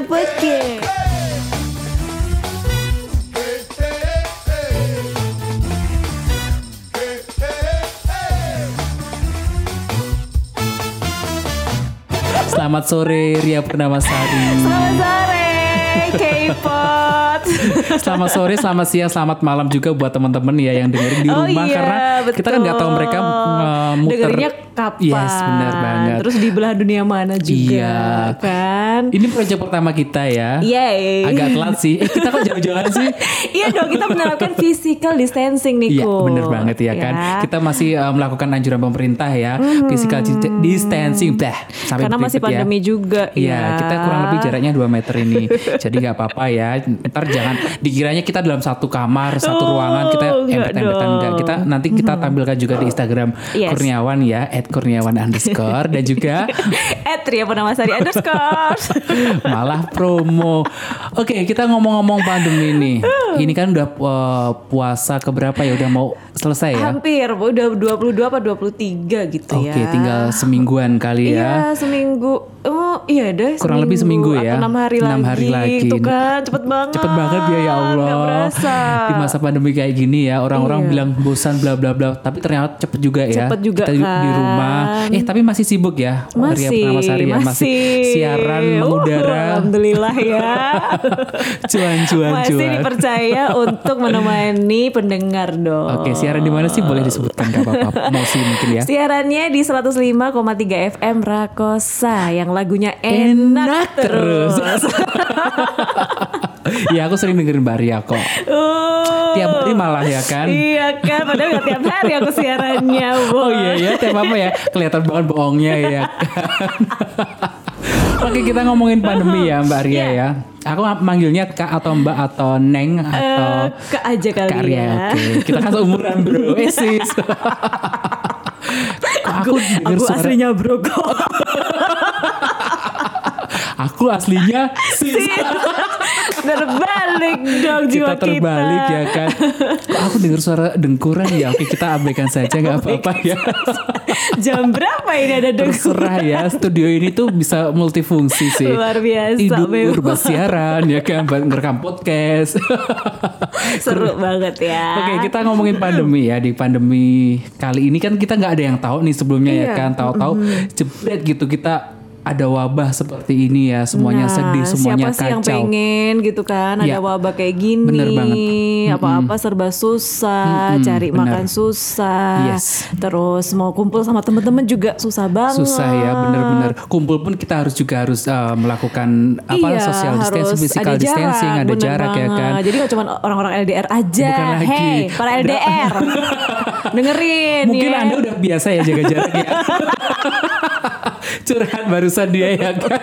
Podcast. Selamat sore Ria Purnamasari. Selamat sore K-pop. Selamat sore, selamat siang, selamat malam juga buat teman-teman ya yang dengerin di rumah karena betul. kita kan nggak tahu mereka muter. Dengerinnya kapan? Yes, benar banget. Terus di belahan dunia mana juga, Iya. kan? Ini proyek pertama kita ya. Yeay. Agak telat sih. Kita kok jauh-jauhan sih? Iya dong, kita menerapkan physical distancing nih, Iya, bener banget ya kan. Kita masih melakukan anjuran pemerintah ya, physical distancing, sampai karena masih berikut ya. pandemi juga. Iya, kita kurang lebih jaraknya 2 meter ini. Jadi gak apa-apa ya. Ntar jangan dikiranya kita dalam satu kamar, satu ruangan kita empet-empetan. Enggak, nanti kita tampilkan juga di Instagram Kurniawan ya, @kurniawan_ dan juga @riapurnamasari_. malah promo. Oke, kita ngomong-ngomong pandemi nih. Ini kan udah puasa keberapa ya? Udah mau selesai ya? Hampir, udah 22 apa 23 gitu ya. Oke, tinggal semingguan kali ya. Iya, seminggu. Oh, iya deh. Kurang lebih seminggu ya. 6 hari 6 hari lagi. Itu kan cepet banget. Cepet banget ya Allah. Gak berasa. Di masa pandemi kayak gini ya, orang-orang bilang bosan bla bla bla, tapi ternyata cepet juga ya. Cepet juga kita kan. di rumah. Tapi masih sibuk ya. Masih, Ria Purnamasari ya, masih siaran mengudara. Alhamdulillah ya. Cuan. Masih dipercaya untuk menemani pendengar dong. Oke, siaran di mana sih boleh disebutkan, gak apa-apa. Emosi mungkin ya. Siarannya di 105,3 FM Rakosa yang lagunya enak terus. Ya aku sering dengerin Mbak Ria kok. Tiap hari malah ya kan. Iya kan, padahal gak tiap hari aku siarannya. Oh iya ya, tiap apa ya, kelihatan banget bohongnya ya kan. Oke, kita ngomongin pandemi ya Mbak Ria ya. Aku manggilnya Kak atau Mbak atau Neng atau Kak aja kali Kak Ria, ya. Oke. Kita kan seumuran bro. Sis. Aku aslinya bro kok. Aku aslinya sis. Terbalik dong jiwa kita. Terbalik ya kan. Kok aku dengar suara dengkuran ya. Oke, kita abaikan saja, gak apa-apa ya. Jam berapa ini ada dengkuran? Terserah ya. Studio ini tuh bisa multifungsi sih. Luar biasa. Tidur, siaran ya kan, ngerekam podcast. Seru banget ya. Oke, kita ngomongin pandemi ya. Di pandemi kali ini kan kita gak ada yang tahu nih sebelumnya ya kan. Tahu-tahu jebret gitu kita ada wabah seperti ini ya, semuanya sedih, semuanya siapa sih kacau. yang pengen gitu kan ada wabah kayak gini. Bener banget. Apa-apa serba susah, cari makan susah. Terus mau kumpul sama teman-teman juga susah banget. Susah ya, bener-bener. Kumpul pun kita harus melakukan social distancing, physical distancing, ada jarak ya kan. Jadi gak cuma orang-orang LDR aja. Bukan lagi. Hey, para LDR. Dengerin mungkin ya. Anda udah biasa ya jaga jarak ya. Curhat barusan dia ya kan.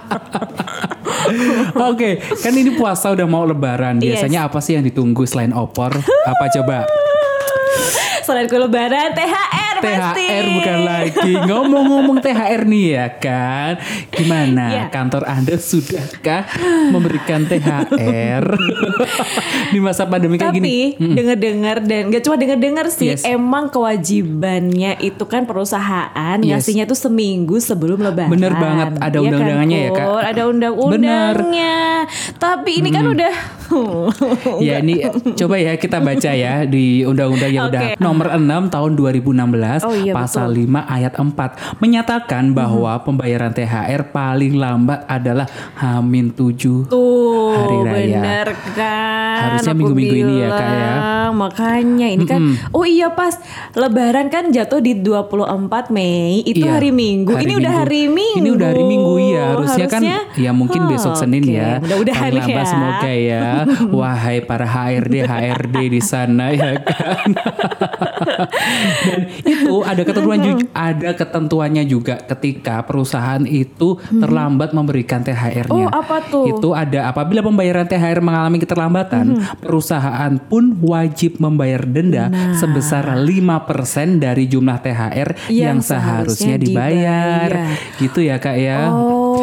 Oke, kan ini puasa udah mau lebaran. Biasanya apa sih yang ditunggu selain opor? Apa coba? Selain kue lebaran, THR pasti. THR bukan lagi. Ngomong-ngomong THR nih ya kan. Gimana? Kantor Anda sudahkah memberikan THR di masa pandemi kayak gini? Tapi dengar-dengar dan gak cuma dengar-dengar sih, emang kewajibannya itu kan perusahaan ngasihnya tuh seminggu sebelum lebaran. Bener banget, ada undang-undangannya ya Kak. Ada undang-undangnya. Tapi ini kan udah ya ini coba ya kita baca ya di undang-undang yang udah nomor 6 tahun 2016 pasal 5 ayat 4 menyatakan bahwa pembayaran THR paling lambat adalah H-7 hari raya. Bener kan. Harusnya minggu-minggu ini ya Kak ya. Makanya ini kan pas lebaran kan jatuh di 24 Mei itu hari Minggu. Ini udah hari Minggu. Ini udah hari Minggu ya. Harusnya kan ya mungkin besok Senin ya. Mudah-mudahan paling lambat semoga ya. Wahai para HRD di sana ya kan. Dan itu ada ketentuannya juga ketika perusahaan itu terlambat memberikan THR-nya. Apa tuh? Itu ada apabila pembayaran THR mengalami keterlambatan, perusahaan pun wajib membayar denda sebesar 5% dari jumlah THR yang seharusnya dibayar. Gitu ya Kak ya.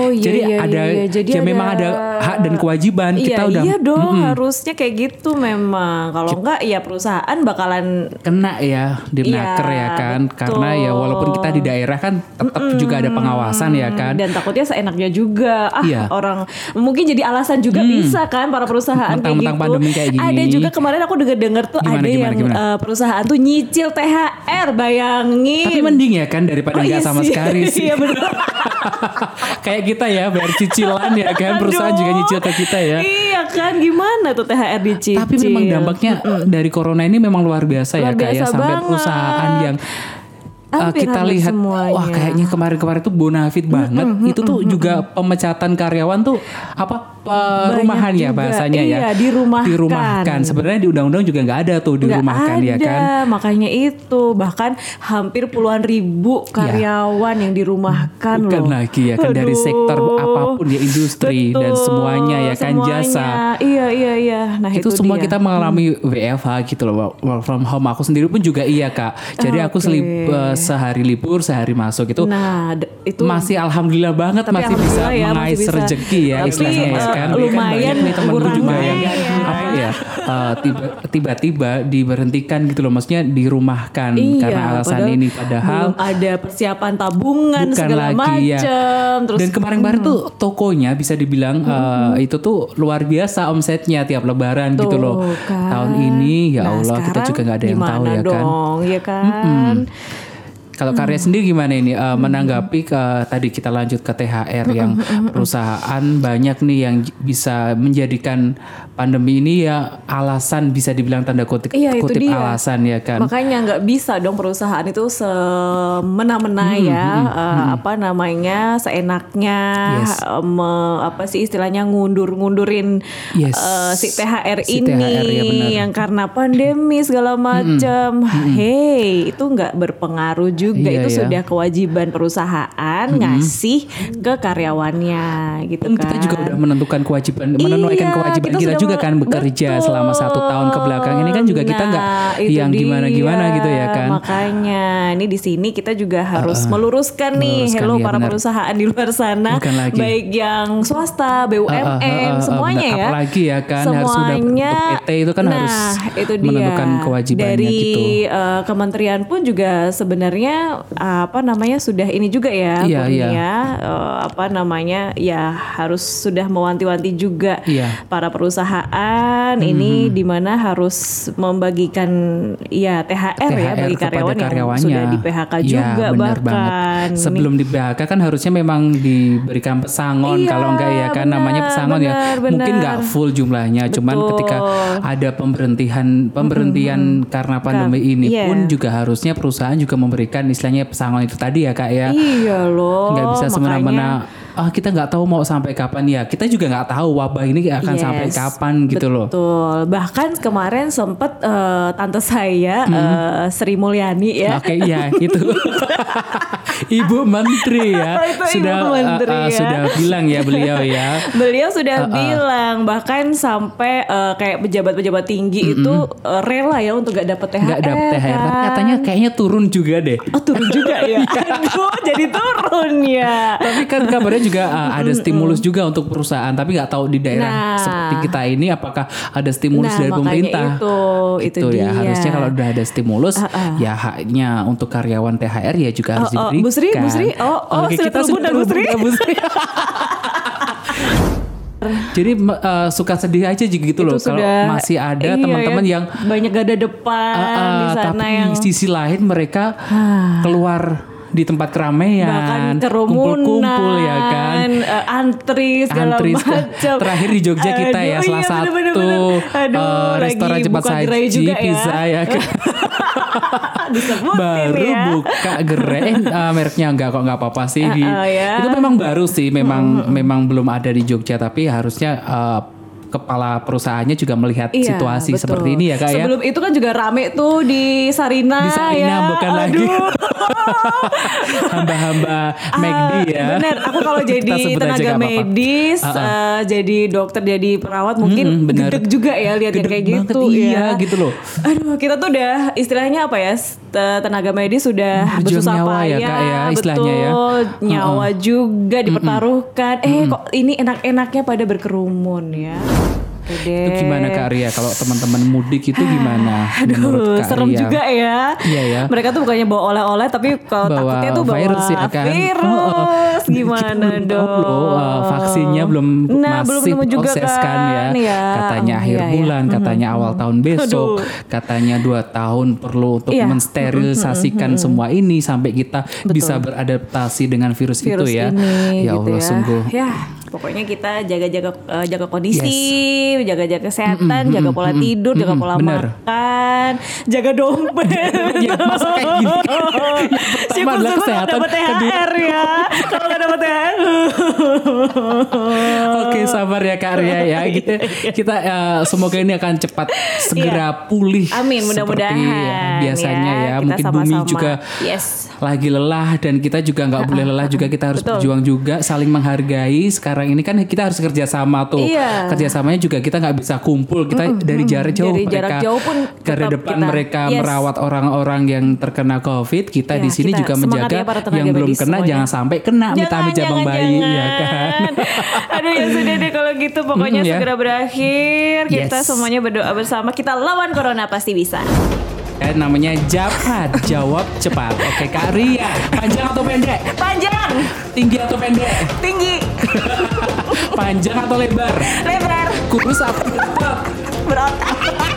Jadi ada Jadi ya memang ada hak dan kewajiban. Kita udah iya dong, harusnya kayak gitu memang. Kalau enggak ya perusahaan bakalan kena ya, dinaker ya kan. Betul. Karena ya walaupun kita di daerah kan tetap juga ada pengawasan ya kan. Dan takutnya seenaknya juga orang mungkin jadi alasan juga bisa kan para perusahaan kayak gitu. Pandemi kayak gini. Ada juga kemarin aku denger tuh gimana? Perusahaan tuh nyicil THR, bayangin. Tapi mending ya kan daripada nggak sama sekali sih. Iya betul. Kayak kita ya bayar cicilan ya kan, perusahaan juga nyicil ke kita ya. Iya kan, gimana tuh THR dicicil. Tapi memang dampaknya dari corona ini memang luar biasa ya kayak sampai perusahaan yang kita lihat semuanya. Wah kayaknya kemarin-kemarin tuh bonafit banget. Itu tuh juga pemecatan karyawan tuh perumahan ya bahasanya ya. Dirumahkan. Sebenarnya di undang-undang juga nggak ada tuh dirumahkan ya kan. Makanya itu bahkan hampir puluhan ribu karyawan yang dirumahkan bukan loh. lagi ya kan dari sektor apapun ya, industri dan semuanya ya kan, jasa. Iya. Nah itu semua dia. Kita mengalami WFH gitu loh, work from home. Aku sendiri pun juga iya Kak. Jadi aku sehari libur, sehari masuk itu. Nah, itu masih alhamdulillah banget masih bisa mengais rezeki ya istilahnya ya kan. Lumayan nih temanku juga yang tiba-tiba diberhentikan gitu loh, maksudnya dirumahkan karena alasan ini, padahal belum ada persiapan tabungan segala macam. Terus dan kemarin-kemarin tuh tokonya bisa dibilang itu tuh luar biasa omsetnya tiap lebaran gitu loh kan. Tahun ini ya Allah kita juga nggak ada yang tahu ya kan. Ya kan. Kalau Karya sendiri gimana ini menanggapi tadi kita lanjut ke THR yang perusahaan banyak nih yang bisa menjadikan pandemi ini ya alasan, bisa dibilang tanda kutip alasan ya kan. Makanya nggak bisa dong perusahaan itu semena-mena seenaknya istilahnya ngundurin si THR ini yang karena pandemi segala macam. Hey, itu nggak berpengaruh juga. Itu sudah kewajiban perusahaan ngasih ke karyawannya gitu kan. Kita juga udah menentukan kewajiban, menunaikan kewajiban kita juga kan bekerja selama 1 tahun ke belakang ini kan juga kita nggak yang gimana-gimana gitu ya kan. Makanya ini di sini kita juga harus meluruskan nih, para perusahaan di luar sana, baik yang swasta, BUMN, semuanya ya. Apalagi ya kan harus sudah PT itu kan harus menentukan kewajibannya dari, gitu. Kementerian pun juga sebenarnya sudah ini juga ya harus sudah mewanti-wanti juga para perusahaan ini dimana harus membagikan THR ya bagi karyawan yang sudah di PHK juga bahkan. Sebelum di PHK kan harusnya memang diberikan pesangon, kalau enggak ya kan namanya pesangon mungkin nggak full jumlahnya. Cuman ketika ada pemberhentian karena pandemi ini pun juga harusnya perusahaan juga memberikan istilahnya pesangon itu tadi ya Kak ya. Iya loh. Nggak bisa semena-mena kita nggak tahu mau sampai kapan ya. Kita juga nggak tahu wabah ini akan sampai kapan gitu loh. Betul. Bahkan kemarin sempet tante saya Sri Mulyani ya. Oke, iya itu. Ibu Menteri ya. Sudah bilang ya beliau ya. Beliau sudah bilang bahkan sampai kayak pejabat-pejabat tinggi itu rela ya untuk gak dapet THR. Gak dapet THR, tapi katanya kayaknya turun juga deh. Oh turun juga ya. Aduh jadi turun ya. Tapi kan kabarnya juga ada stimulus juga untuk perusahaan, tapi nggak tahu di daerah seperti kita ini apakah ada stimulus dari pemerintah. Itu ya dia. Harusnya kalau udah ada stimulus ya haknya untuk karyawan THR ya juga harus diberikan. Bu Sri. Oke, kita sudah Bu Sri. Jadi suka sedih aja gitu loh kalau masih ada teman-teman yang banyak gada depan di sana tapi yang di sisi lain mereka keluar di tempat keramaian, bahkan kerumunan, kumpul-kumpul ya kan, antri segala macam. Terakhir di Jogja kita ya salah satu restoran cepat saji pizza ya kan. Baru buka gerai mereknya nggak apa-apa sih itu memang baru sih, memang belum ada di Jogja, tapi harusnya kepala perusahaannya juga melihat situasi betul. Seperti ini ya Kak. Sebelum itu kan juga rame tuh di Sarina. Di Sarina ya. Bukan lagi hamba-hamba McD ya. Bener, aku kalau jadi tenaga medis, jadi dokter, jadi perawat mungkin gedeg juga ya lihat yang kayak gitu ya. Gitu loh. Aduh, kita tuh udah istilahnya apa ya, tenaga medis sudah bersusah payah ya, Kak, ya, istilahnya betul, ya. Nyawa juga dipertaruhkan. Kok ini enak-enaknya pada berkerumun ya. Itu gimana Kak Arya kalau teman-teman mudik itu gimana? Aduh, serem juga ya. Iya ya. Mereka tuh bukannya bawa oleh-oleh tapi kalau takutnya tuh bawa virus ya kan. Virus. Gimana dong? Vaksinnya belum masih proses kan ya. Katanya akhir bulan, katanya awal tahun besok, katanya 2 tahun perlu untuk mensterilisasikan semua ini sampai kita bisa beradaptasi dengan virus itu ya. Ini, ya Allah gitu sungguh. Ya. Pokoknya kita jaga kondisi, jaga kesehatan, jaga pola tidur, jaga pola makan, jaga dompet. Ya, masa kayak gini. Pertama adalah kesehatan, dapat THR ya. Kalau nggak dapat THR. Oke, sabar ya Kak Arya ya. Kita semoga ini akan cepat segera pulih. Amin, mudah-mudahan. Biasanya ya, mungkin sama-sama. Bumi juga lagi lelah dan kita juga nggak boleh lelah juga. Kita harus berjuang juga, saling menghargai. Sekarang ini kan kita harus kerjasama tuh. Kerjasamanya juga kita nggak bisa kumpul. Kita dari jarak jauh. Dari jarak jauh pun ke depan mereka merawat orang-orang yang terkena COVID. Kita di sini juga menjaga yang belum kena semuanya. Jangan sampai kena. Amit-amit jabang bayi ya kan. Aduh ya sudah deh kalau gitu pokoknya segera berakhir. Kita semuanya berdoa bersama. Kita lawan corona pasti bisa. Namanya jawab cepat. Oke Kak Arya, panjang atau pendek? Panjang. Tinggi atau pendek? Tinggi. Panjang atau lebar? Lebar. Kurus atau berotot? Berotot.